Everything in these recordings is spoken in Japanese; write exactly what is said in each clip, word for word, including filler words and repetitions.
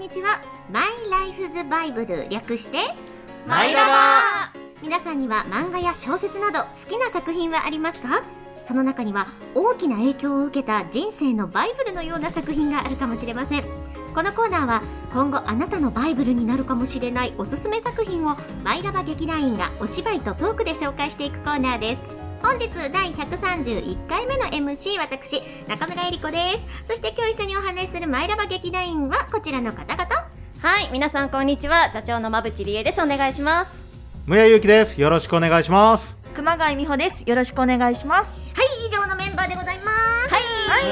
にちは。マイライフズバイブル、略してマイラバ。 皆さんには漫画や小説など好きな作品はありますか？その中には大きな影響を受けた人生のバイブルのような作品があるかもしれません。このコーナーは今後あなたのバイブルになるかもしれないおすすめ作品をマイラバ劇団員がお芝居とトークで紹介していくコーナーです。本日だいひゃくさんじゅういっかいめの エムシー、 私中村えり子です。そして今日一緒にお話しするマイラバ劇団員はこちらの方々。 はい、皆さんこんにちは。座長の馬淵理恵です。お願いします。 むやゆうきです。よろしくお願いします。 熊谷美穂です。よろしくお願いします。 はい、以上のメンバーでございます。 はい、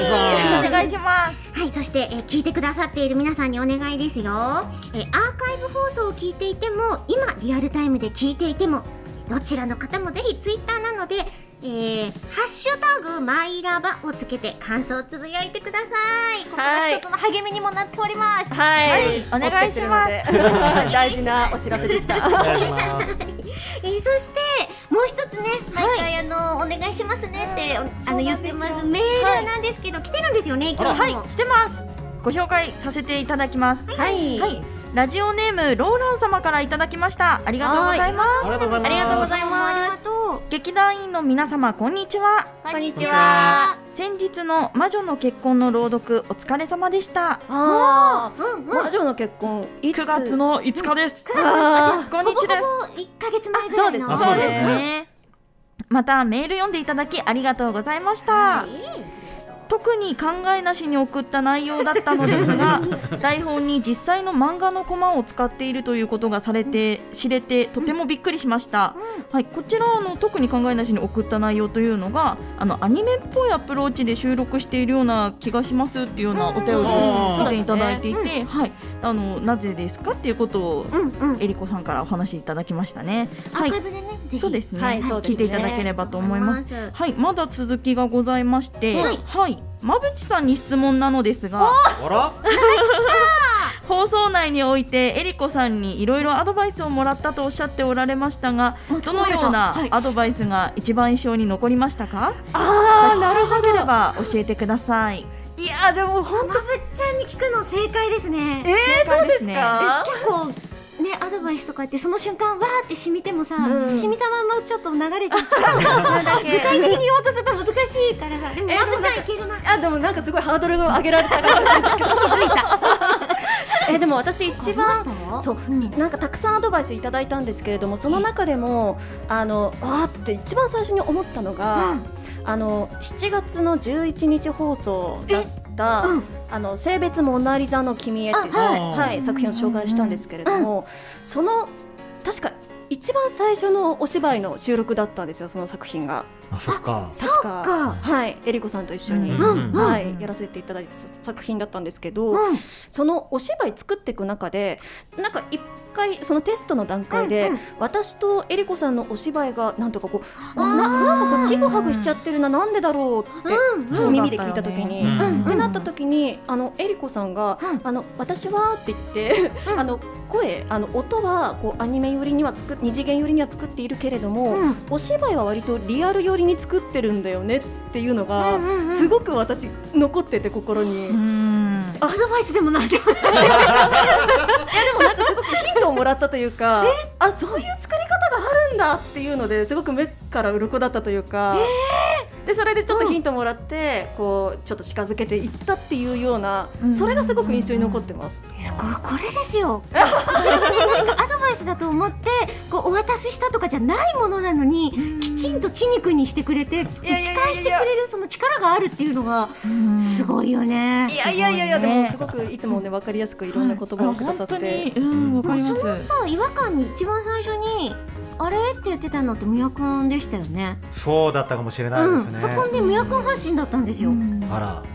はい、お願いします。 はい、そして、えー、聞いてくださっている皆さんにお願いですよ。えー、アーカイブ放送を聞いていても、今リアルタイムで聞いていても、どちらの方もぜひツイッターなので、えー、ハッシュタグマイラバをつけて感想をつぶやいてください。ここが一つの励みにもなっております。 はい、はい、 お願いします。 大事なお知らせでした。お願いします。 えー、そしてもう一つね、毎回、はい、あのお願いしますねってあの言ってますメールなんですけど、はい、来てるんですよね。今日もはい、来てます。ご紹介させていただきます。 はい、 はい、ラジオネームローラン様からいただきました。ありがとうございます。 ありがとうございます。 ありがとうございます。 劇団員の皆様こんにちは。 こんにちは。 先日の魔女の結婚の朗読お疲れ様でした。 ああ、うんうん、魔女の結婚いつ？ くがつのいつかです。 くがつ、 こんにちは。 ほぼほぼいっかげつまえぐらいの。 そうですね。 そうですね。またメール読んでいただきありがとうございました。はい、特に考えなしに送った内容だったのですが台本に実際の漫画のコマを使っているということがされて知れてとてもびっくりしました。はい、こちらの特に考えなしに送った内容というのがあのアニメっぽいアプローチで収録しているような気がしますっていうようなお便りを以前いただいていて、はい、あのなぜですかっていうことをえりこさんからお話しいただきましたね。 はい、アーカイブでね、ぜひそうですね、 はい、 聞いていただければと思います。 はい、 はい、まだ続きがございまして、はい、はい、馬淵さんに質問なのですが、 あら放送内においてえりこさんにいろいろアドバイスをもらったとおっしゃっておられましたが、どのようなアドバイスが一番印象に残りましたか？ ああ、なるほど。 よければ教えてください。 いやでも本まぶっちゃんに聞くの正解ですね。 えー、そうですか？ 結構ね、アドバイスとかってその瞬間わーって染みてもさ、うん、染みたままちょっと流れてさ具体的に言おうとすると難しいからさ、でもまぶちゃんいけるな。 あ、でもなんかすごいハードルが上げられたからなんですけど気づいたえでも私一番そう、うん、なんかたくさんアドバイスいただいたんですけれども、その中でもあのわーって一番最初に思ったのが、うん、あのしちがつのじゅういちにち放送だったうん、あの性別モナリザの君へっていう、はいはい、作品を紹介したんですけれども、うん、その確か一番最初のお芝居の収録だったんですよ、その作品が。 あ、そっか。 確か、 はい、えりこさんと一緒に、 うんうん、 はい、やらせていただいた作品だったんですけど、うん、そのお芝居作っていく中でなんか一回そのテストの段階で、うんうん、私とえりこさんのお芝居がなんとかこうな, なんかこうちぐはぐしちゃってるな、なんでだろうって、うん、そう耳で聞いた時に、うんうん、ってなった時にあのえりこさんが、うん、あの私はって言って、うん、あの声あの音はこうアニメ寄りには作っ二次元寄りには作っているけれども、うん、お芝居は割とリアル寄りに作ってるんだよねっていうのが、うんうんうん、すごく私残ってて心に。 うーん、アドバイスでもなんでもいやでもなんかすごくヒントをもらったというかあ、そういう作り方があるんだっていうのですごく目から鱗だったというか、えー、でそれでちょっとヒントもらって、うん、こうちょっと近づけていったっていうような、うん、それがすごく印象に残ってます。 こ, これですよそれがね、何かアドバイスだと思ってこうお渡ししたとかじゃないものなのに、うん、きちんと血肉にしてくれて打ち返してくれるその力があるっていうのがすごいよね。 いやいやいやいや、でもすごくいつもね分かりやすくいろんな言葉をくださって、はい、 うん、分かります。 そのさ違和感に一番最初にあれって言ってたのってむやくんでしたよね。 そうだったかもしれないですね、 うん、そこでむやくん発信だったんですよ。 あら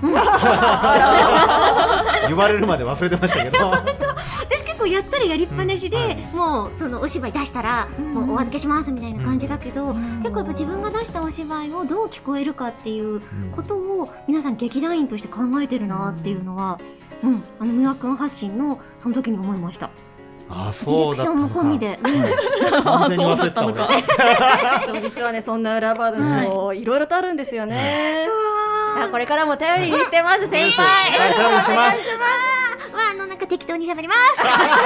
言われるまで忘れてましたけど私結構やったらやりっぱなしで、うん、はい、もうそのお芝居出したら、うん、もうお預けしますみたいな感じだけど、うん、結構やっぱ自分が出したお芝居をどう聞こえるかっていうことを皆さん劇団員として考えてるなっていうのは、うん、あのむやくん発信のその時に思いました。 あ、そうだったのか。 ディレクションも込みで、 うん、完全に忘れた俺そう実はね、そんな裏話もいろいろとあるんですよね。これからも頼りにしてます先輩。 頼りにします。 まあのなんか適当に喋ります。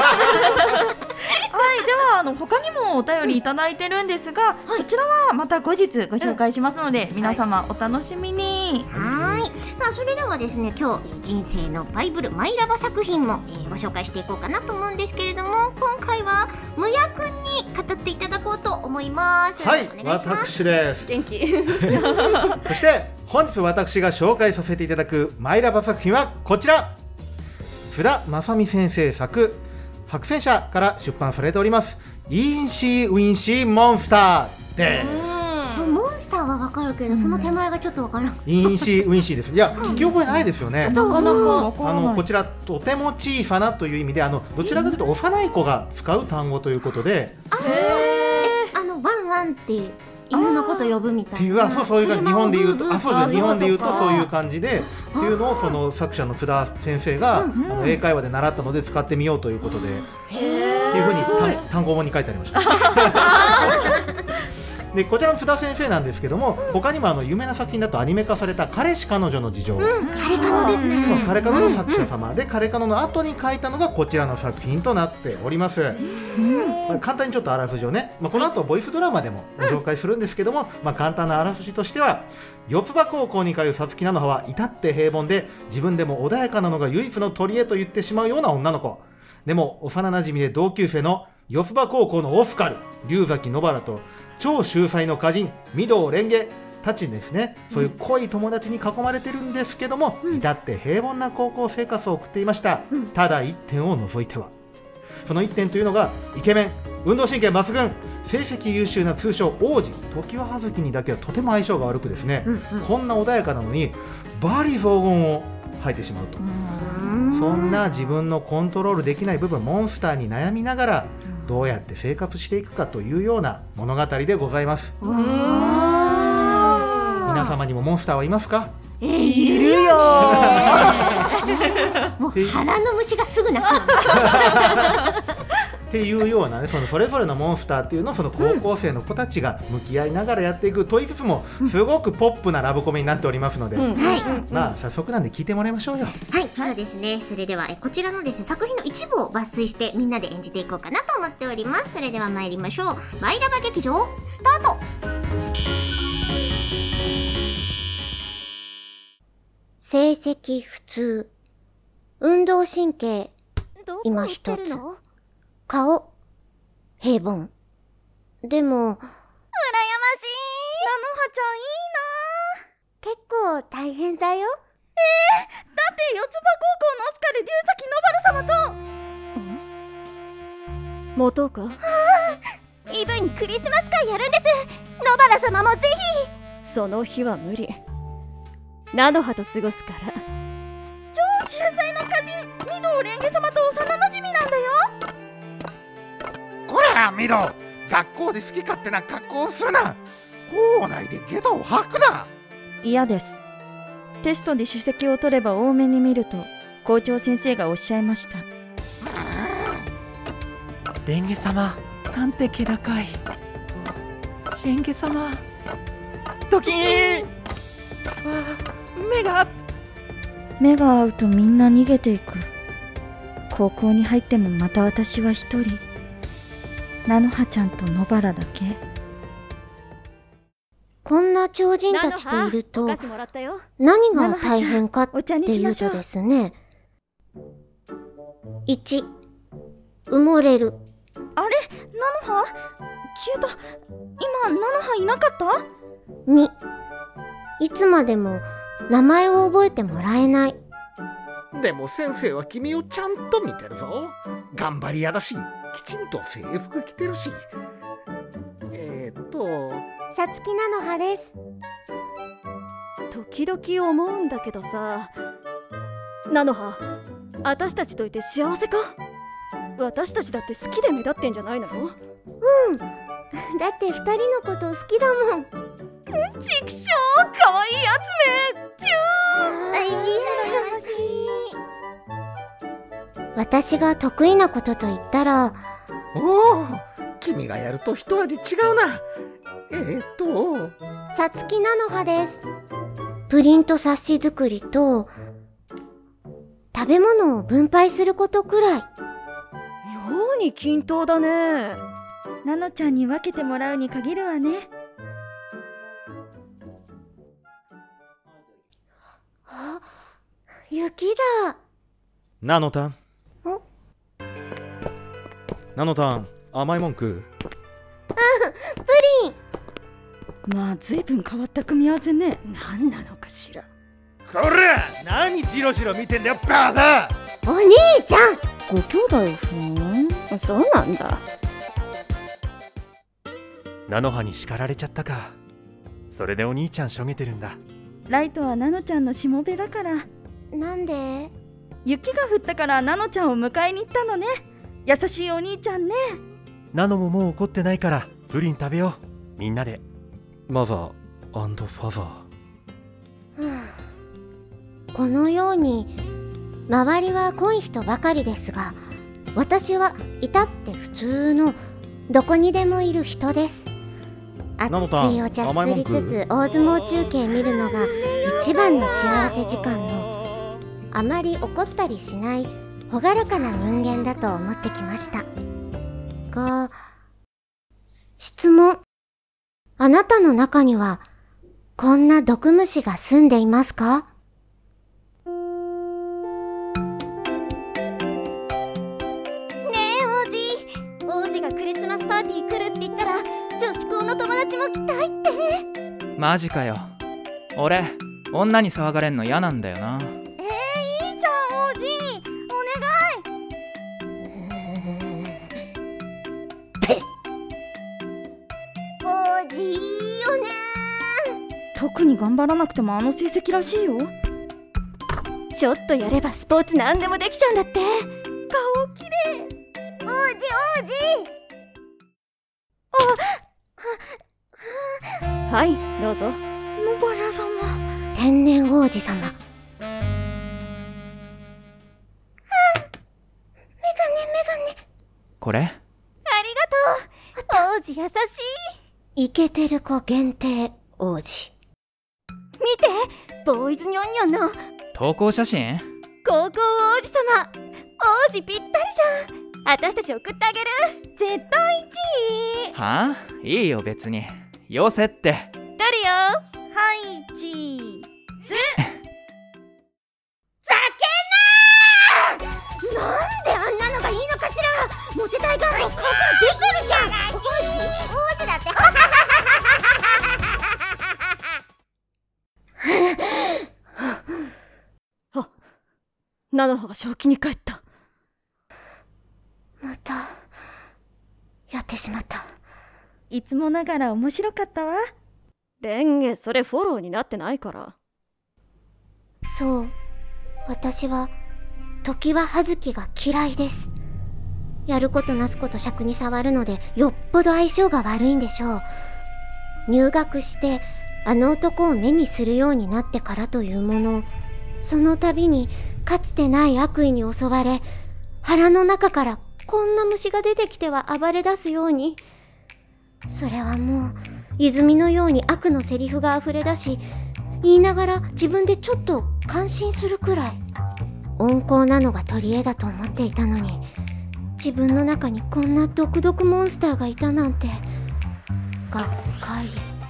はい、ではあの他にもお便りいただいてるんですが、 はい、 そちらはまた後日ご紹介しますので、うん、皆様お楽しみに。 はい、さあそれではですね、今日人生のバイブルマイラバ作品も、えー、ご紹介していこうかなと思うんですけれども、今回はむやくんに語っていただこうと思います。 はい、 お願いします。 私です。 元気そして本日私が紹介させていただくマイラバ作品はこちら、津田正美先生作、白泉社から出版されておりますインシーウィンシーモンスターです。 モンスターはわかるけど、その手前がちょっとわからない。 インシーウィンシーです。いや、聞き覚えないですよね。 ちょっとなかなかあのこちらとても小さなという意味で、あのどちらかというと幼い子が使う単語ということで、 ああのワンワンって犬のこと呼ぶみたいな。っていう、あ、そう、そういう感じ。日本で言うと、あ、そうです。日本で言うとそういう感じでっていうのを、その作者の津田先生が、うん、あの英会話で習ったので使ってみようということで、っていうふうに単語本に書いてありました。でこちらの津田先生なんですけども、他にもあの有名な作品だとアニメ化された彼氏彼女の事情、うん、 彼彼女ですね。 そう、彼彼女の作者様で、彼彼女の後に書いたのがこちらの作品となっております。うん、まあ、簡単にちょっとあらすじをね、まあ、この後ボイスドラマでもご紹介するんですけども、まあ、簡単なあらすじとしては、四つ葉高校に通うさつき菜の葉は至って平凡で、自分でも穏やかなのが唯一の取り柄と言ってしまうような女の子でも、幼なじみで同級生の四つ葉高校のオスカル、龍崎野原と超秀才の歌人御堂蓮華たちにですね、そういう濃い友達に囲まれてるんですけども、うん、至って平凡な高校生活を送っていました。うん、ただ一点を除いては、その一点というのがイケメン、運動神経抜群、成績優秀な通称王子常盤葉月にだけはとても相性が悪くですね、うんうん、こんな穏やかなのにバリ雑言を吐いてしまうと。そんな自分のコントロールできない部分、モンスターに悩みながらどうやって生活していくかというような物語でございます。皆様にもモンスターはいますか？ えー、いるよもう腹の虫がすぐ鳴くっていうようなね、そのそれぞれのモンスターっていうのをその高校生の子たちが向き合いながらやっていくと言いつつも、すごくポップなラブコメになっておりますので、うん、まあ早速なんで聞いてもらいましょうよ。 はい、そうですね。それではえこちらのですね、作品の一部を抜粋してみんなで演じていこうかなと思っております。それでは参りましょう。マイラバ劇場スタート。成績普通、運動神経今一つ、顔平凡。でも羨ましい。菜の葉ちゃんいいな。結構大変だよ。えー、だって四つ葉高校のオスカル龍崎野原様と持とうか。 イブにクリスマス会やるんです。野原様もぜひ。 その日は無理。菜の葉と過ごすから。 超秀才な歌人御堂蓮華様と幼なじみなんだよ。 こら御堂、学校で好き勝手な格好をするな。校内で下駄を履くな。 嫌です。テストで主席を取れば多めに見ると校長先生がおっしゃいました。 蓮華様、なんて気高い。蓮華様、ドキーン。目が目が合うとみんな逃げていく。高校に入ってもまた私は一人、菜の葉ちゃんと野原だけ。 こんな超人たちといると何が大変かっていうとですね、いち、埋もれる。 あれ、菜の葉消えた。今菜の葉いなかった？ に、いつまでも名前を覚えてもらえない。 でも先生は君をちゃんと見てるぞ。頑張り屋だし、きちんと制服着てるし。えーっとさつき菜の葉です。 時々思うんだけどさ、菜の葉、私たちといて幸せか？私たちだって好きで目立ってんじゃないの？ うん、だって二人のこと好きだもん。 ちくしょう、かわいいやつめ、チュー。私が得意なことと言ったら、 おお、君がやると一味違うな。えー、っとさつき菜の葉です。プリント冊子作りと食べ物を分配することくらい。 妙に均等だね。 ナノちゃんに分けてもらうに限るわね。 あ、雪だ。 ナノタン。 ん？ ナノタン、甘いもん食う？ うん、プリン。 まあずいぶん変わった組み合わせね。 何なのかしら。 こら、何ジロジロ見てんだよバカ。 お兄ちゃん。 ご兄弟。ふーん、そうなんだ。 ナノハに叱られちゃったか。それでお兄ちゃんしょげてるんだ。 ライトはナノちゃんのしもべだから。 なんで？ 雪が降ったからナノちゃんを迎えに行ったのね。優しいお兄ちゃんね。 ナノももう怒ってないからプリン食べよう、みんなで。 マザー&ファザー。このように周りは濃い人ばかりですが、私は至って普通のどこにでもいる人です。熱いお茶すりつつ大相撲中継見るのが一番の幸せ時間の、あまり怒ったりしない朗らかな人間だと思ってきましたが、質問。あなたの中にはこんな毒虫が住んでいますか？ パーティー来るって言ったら女子校の友達も来たいって。 マジかよ。俺女に騒がれんの嫌なんだよな。 えー、いいじゃん王子、お願い。王子いいよね。 特に頑張らなくてもあの成績らしいよ。 ちょっとやればスポーツ何でもできちゃうんだって。 顔きれい。王子王子。 はい、どうぞ。 野原様。 天然王子様。あ、メガネメガネ。 これ？ありがとう。王子優しい。イケてる子限定王子。見て、ボーイズニョンニョンの投稿写真？ 高校王子様。王子ぴったりじゃん。私たち送ってあげる。絶対いちい。 はあ？いいよ別に。よせって。 出るよ。 はいチーズ。 ざけんなー。なんであんなのがいいのかしら。モテたい願望顔から出てるじゃん。王子王子だってあ、ナノハが正気に帰った。 またやってしまった。 いつもながら面白かったわ。 レンゲ、それフォローになってないから。 そう、私は常盤葉月が嫌いです。やることなすこと尺に触るのでよっぽど相性が悪いんでしょう。入学してあの男を目にするようになってからというもの、その度にかつてない悪意に襲われ、腹の中からこんな虫が出てきては暴れ出すように。それはもう泉のように悪のセリフがあふれ出し、言いながら自分でちょっと感心するくらい。温厚なのが取り柄だと思っていたのに、自分の中にこんな毒々モンスターがいたなんて。がっかり。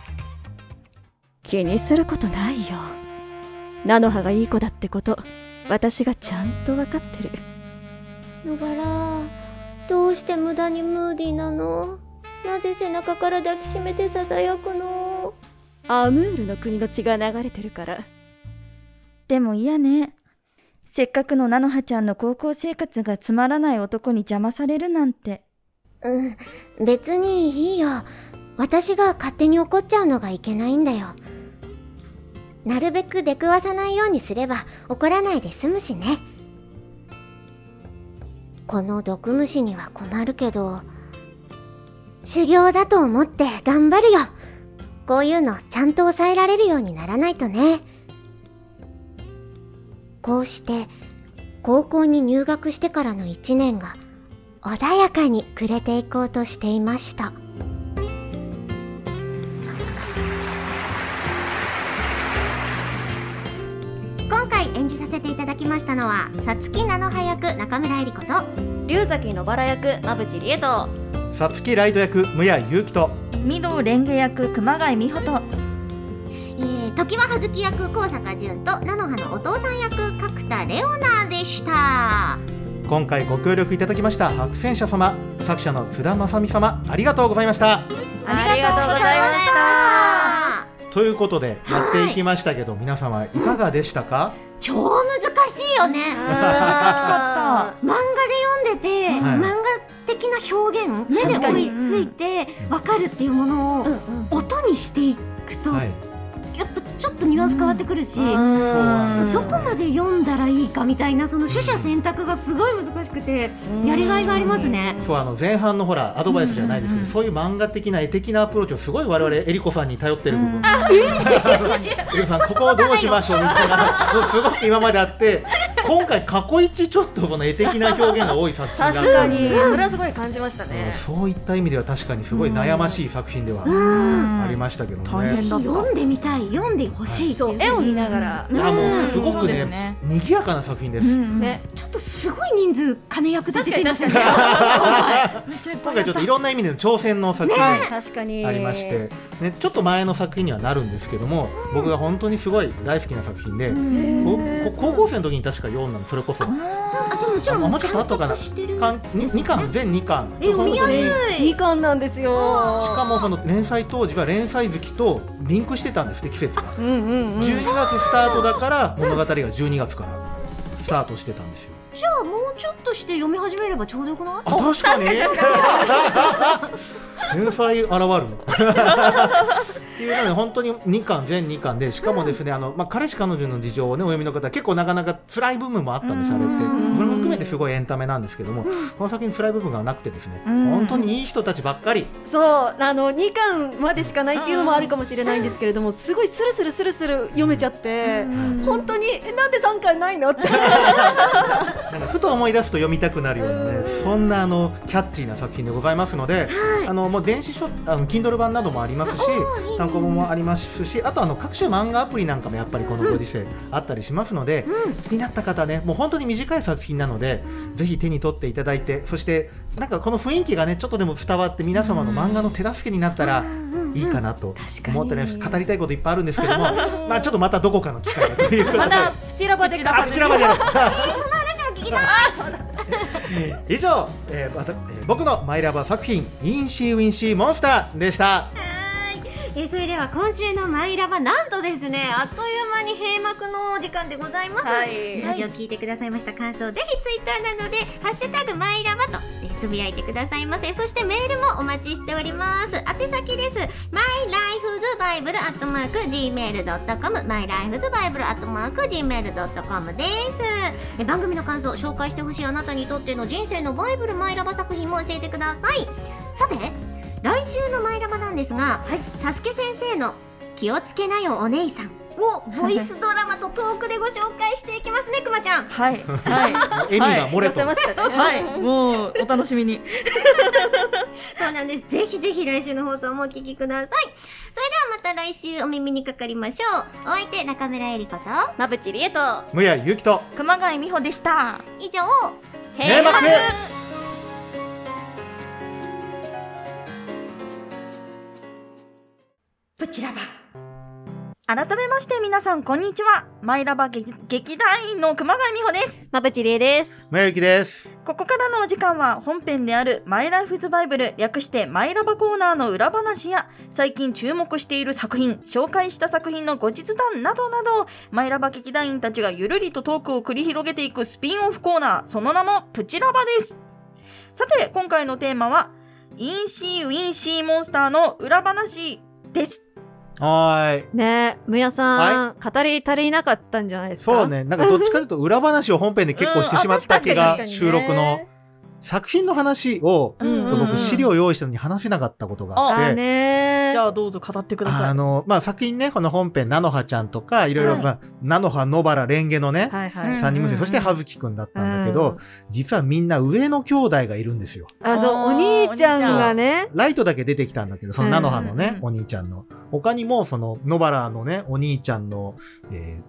気にすることないよ。ナノハがいい子だってこと私がちゃんと分かってる。 野原、どうして無駄にムーディーなの？なぜ背中から抱きしめてささやくの？ アムールの国の血が流れてるから。 でも嫌ね。せっかくのナノハちゃんの高校生活がつまらない男に邪魔されるなんて。 うん、別にいいよ。私が勝手に怒っちゃうのがいけないんだよ。なるべく出くわさないようにすれば怒らないで済むしね。この毒虫には困るけど、修行だと思って頑張るよ。こういうのちゃんと抑えられるようにならないとね。こうして高校に入学してからの一年が穏やかに暮れていこうとしていました。今回演じさせていただきまましたのはさつき菜の葉役中村えり子と龍崎のバラ役馬淵理恵とさつきライド役無谷祐希と御堂レンゲ役熊谷美穂と、 えー、時は葉月役高坂淳と菜の葉のお父さん役角田レオナでした。 今回ご協力いただきました白戦車様、作者の津田正美様、ありがとうございました。 ありがとうございました。 ということでやっていきましたけど、皆様いかがでしたか？ 超難しいよね。 か漫画で読んでて、 はい、 漫画的な表現、目で追いついて分かるっていうものを音にしていくと、はい、やっぱちょっとニュアンス変わってくるし、どこまで読んだらいいかみたいなその取捨選択がすごい難しくてやりがいがありますね。 そう、あの前半のほらアドバイスじゃないですけど、そういう漫画的な絵的なアプローチをすごい我々えりこさんに頼ってる部分、えりこさんここをどうしましょうみたいなすごく今まであって、今回過去一ちょっとこの絵的な表現が多い作品だったので、 確かにそれはすごい感じましたね。 そういった意味では確かにすごい悩ましい作品ではありましたけどもね。 読んでみたい、読んでほしい。 そう、絵を見ながら、 いやもうすごくね、ね賑やかな作品です、うん、 ね、ちょっとすごい人数金役で出ていますね。 今回ちょっといろんな意味での挑戦の作品がありまして、ね、ね、ちょっと前の作品にはなるんですけども、うん、僕が本当にすごい大好きな作品で、高校生の時に確か読んだの、それこそ。 あ、でももちろんもうちょっと後かな、にかん、全にかん、 え、読みやすいにかんなんですよ。 しかもその連載当時は連載月とリンクしてたんですって、季節が。うんうんうん、じゅうにがつスタートだから物語がじゅうにがつからスタートしてたんですよ。 じゃあもうちょっとして読み始めればちょうどよくない？ あ、確かに天才現るっていうので、本当ににかん、全にかんで、しかもですね、あのまあ、彼氏彼女の事情をねお読みの方、結構なかなか辛い部分もあったんです、あれって。それも含めてすごいエンタメなんですけども、この作品辛い部分がなくてですね、本当にいい人たちばっかり。 そう、あのにかんまでしかないっていうのもあるかもしれないんですけれども、すごいスルスルスルスル読めちゃって、本当にえなんでさんかいないのってなんかふと思い出すと読みたくなるようなね、そんなあのキャッチーな作品でございますので、はい、あのもう電子書、あの Kindle 版などもありますし、単行本もありますし、あとあの各種漫画アプリなんかもやっぱりこのご時世あったりしますので、うん、気になった方ね、もう本当に短い作品なので、うん、ぜひ手に取っていただいて、そしてなんかこの雰囲気がねちょっとでも伝わって皆様の漫画の手助けになったらいいかなと思ってね、語りたいこといっぱいあるんですけどもまあちょっとまたどこかの機会だということで、 またプチラバで語る。 プチラバでやる。以上、えーえー、僕のマイラバ作品インシーウィンシーモンスターでした。 えー、それでは今週のマイラバ、なんとですね、あっという間に閉幕のお時間でございます、はい、ラジオ聞いてくださいました感想、ぜひツイッターなどでハッシュタグマイラバと、えー、つぶやいてくださいませ。そしてメールもお待ちしております。宛先です。マイライフズバイブルアットマーク ジーメールドットコム マイライフズバイブルアットマーク ジーメールドットコム です。えー、番組の感想、紹介してほしいあなたにとっての人生のバイブルマイラバ作品も教えてください。さて来週のマイラバなんですが、はい、サスケ先生の気をつけなよお姉さんをボイスドラマとトークでご紹介していきますね、くまちゃん。 はいはい。エミが漏れと、 ましたね。 はい、もうお楽しみに。 そうなんです。ぜひぜひ来週の放送もお聞きください。それではまた来週お耳にかかりましょう。お相手中村えり子と馬淵理恵と無谷ゆきと熊谷美穂でした。 以上、 閉幕。 プチラバ。 改めまして皆さんこんにちは。マイラバ劇劇団員の熊谷美穂です。 馬淵理恵です。 無谷ゆきです。 ここからのお時間は本編であるマイライフズバイブル、略してマイラバコーナーの裏話や最近注目している作品、紹介した作品の後日談などなど、マイラバ劇団員たちがゆるりとトークを繰り広げていくスピンオフコーナー、その名もプチラバです。さて今回のテーマはインシーウィンシーモンスターの裏話です。 はい。 ねえ、むやさん、はい、語り足りなかったんじゃないですか。 そうね、なんかどっちかというと裏話を本編で結構してしまった気が、収録の作品の話を、うんうんうん、そう僕資料を用意したのに話せなかったことがあって、あね、じゃあどうぞ語ってください。 あの、まあ、作品ね、この本編菜の葉ちゃんとかいろいろ、まあ、菜の葉、野原、レンゲのね、はいはい、さんにん娘、そして葉月くんだったんだけど、うん、実はみんな上の兄弟がいるんですよ。 あ、そう、お兄ちゃんがね、 ライトだけ出てきたんだけど、その菜の葉のね、うんうん、お兄ちゃんの他にもその野原のねお兄ちゃんの、えー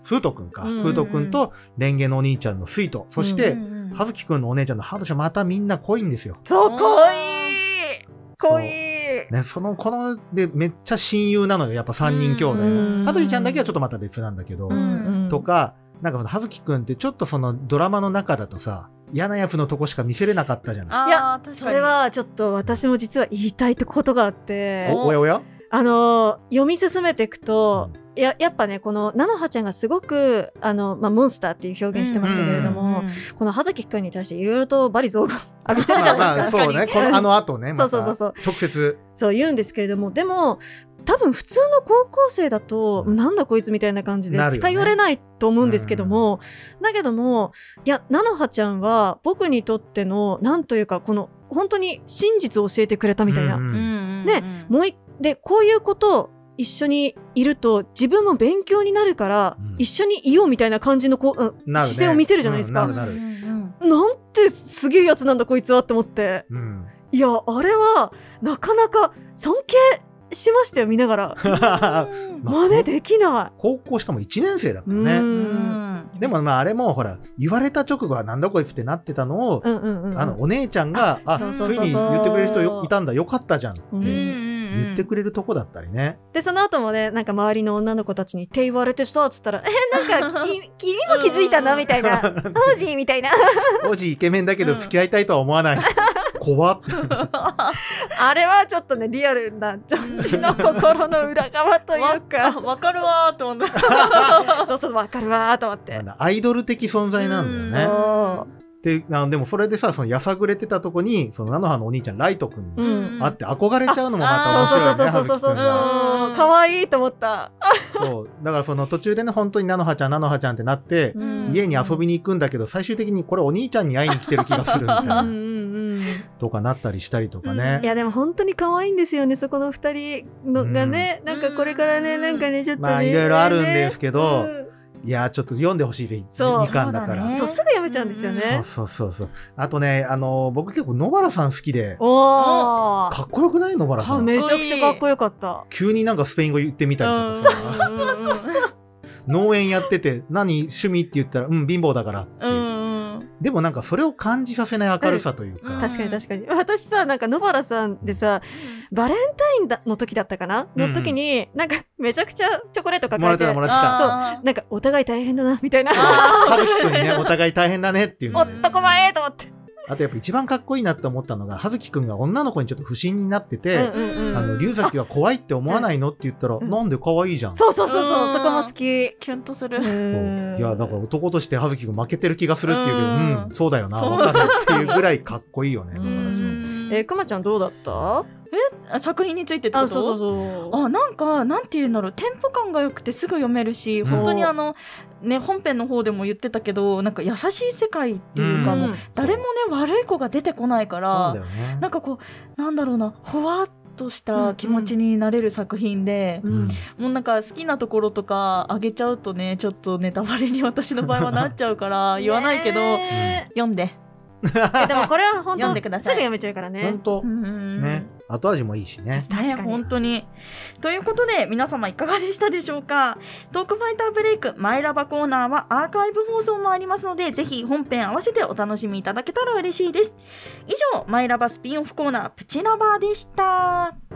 風斗くんか、 うんうんうん風斗くんとレンゲのお兄ちゃんのスイート、そして、 うんうんうん葉月くんのお姉ちゃんのハートちゃん、またみんな濃いんですよ。 そう濃い濃いね、そのこのでめっちゃ親友なのよ、やっぱさんにん兄弟。 うん羽鳥ちゃんだけはちょっとまた別なんだけど、 うんうんとかなんかその葉月くんってちょっとそのドラマの中だとさ、嫌なやつのとこしか見せれなかったじゃない。 いやあー確かにそれはちょっと私も実は言いたいことがあっておおやおや、 あのー読み進めていくと、ややっぱねこの菜の葉ちゃんがすごくあの、まあ、モンスターっていう表現してましたけれども、この葉月くんに対していろいろと罵詈雑言浴びせるじゃまあないですか。 まあそうね、このあの後ね、またそうそうそう直接そう言うんですけれども、でも多分普通の高校生だと、なんだこいつみたいな感じでなるよね近寄れないと思うんですけども、だけどもいや菜の葉ちゃんは僕にとってのなんというかこの本当に真実を教えてくれたみたいな、 うんうんうんでもういでこういうことを一緒にいると自分も勉強になるから、 うん一緒にいようみたいな感じのこう、うんなるね姿勢を見せるじゃないですか、 うんなるなる、 なんてすげえやつなんだこいつはって思ってうんいやあれはなかなか尊敬しましたよ見ながらまあ真似できな高校しかもいちねん生だかい、 らね、 うんでもまああれもほら言われた直後はなんだこいつってなってたのを、 うんうんうん、 あのお姉ちゃんがあそうそうそうそうついに言ってくれる人よいたんだよかったじゃんってうん言ってくれるとこだったりね、 でその後もねなんか周りの女の子たちに手言われてさっつったらえなんかき君も気づいたのみたいな王子みたいな王子イケメンだけど付き合いたいとは思わない、怖っあれはちょっとねリアルな女子の心の裏側というわかわかるわーって思ったそうそうわかるわーと思ってアイドル的存在なんだよね、 そうであのでもそれでさそのやさぐれてたとこにその菜の葉のお兄ちゃんライト君にうん会って憧れちゃうのもまた面そう白いよね、 そうそうそうそうそう葉月君がそう可愛いと思ったそうだからその途中でね本当に菜の葉ちゃん菜の葉ちゃんってなって、 うん家に遊びに行くんだけど最終的にこれお兄ちゃんに会いに来てる気がするみたいなうんうんうんとかなったりしたりとかね、 いやでも本当に可愛いんですよねそこの二人のがね、なんかこれからねなんかねちょっとねまあいろいろあるんですけど、 うんいやちょっと読んでほしいぜそうにかんだからそうだねそうすぐやめちゃうんですよね、 そうそうそうそうあとねあの僕結構野原さん好きでおーかっこよくない野原さんめちゃくちゃかっこよかった急になんかスペイン語言ってみたりとかさ、農園やってて何趣味って言ったらうん貧乏だからっていう、 うんでもなんかそれを感じさせない明るさというか、 うん確かに確かに私さなんか野原さんでさバレンタインだの時だったかな、 うんの時になんかめちゃくちゃチョコレートもらって抱えてたもらってたあなんかお互い大変だなみたいなはるきくんにねお互い大変だねっていうので男前と思ってあとやっぱ一番かっこいいなって思ったのが葉月くんが女の子にちょっと不審になってて、 うんうんうんあの龍崎は怖いって思わないのって言ったら、 うんなんで可愛いじゃん、 そうそうそうそううんそこも好きキュンとするそういやだから男として葉月くん負けてる気がするっていうけど、 ううんん、そうだよなそうわかるっていうぐらいかっこいいよねだからそうえー、くまちゃんどうだったあ作品についてってことあそうそうそうあなんかなんていうんだろうテンポ感が良くてすぐ読めるし、 ん本当にあのね本編の方でも言ってたけどなんか優しい世界っていうか、 うんもう誰もね悪い子が出てこないかそうらだよねなんかこうなんだろうなほわっとした気持ちになれる作品で、 うんもうなんか好きなところとかあげちゃうとねちょっとネタバレに私の場合はなっちゃうから言わないけど、 ね読んで、 ーえでもこれは本当読んでくださいすぐ読めちゃうからね本当うんね後味もいいしね確かにね、本当に。ということで皆様いかがでしたでしょうか。トークファイターブレイクマイラバコーナーはアーカイブ放送もありますのでぜひ本編合わせてお楽しみいただけたら嬉しいです。以上マイラバスピンオフコーナープチラバーでした。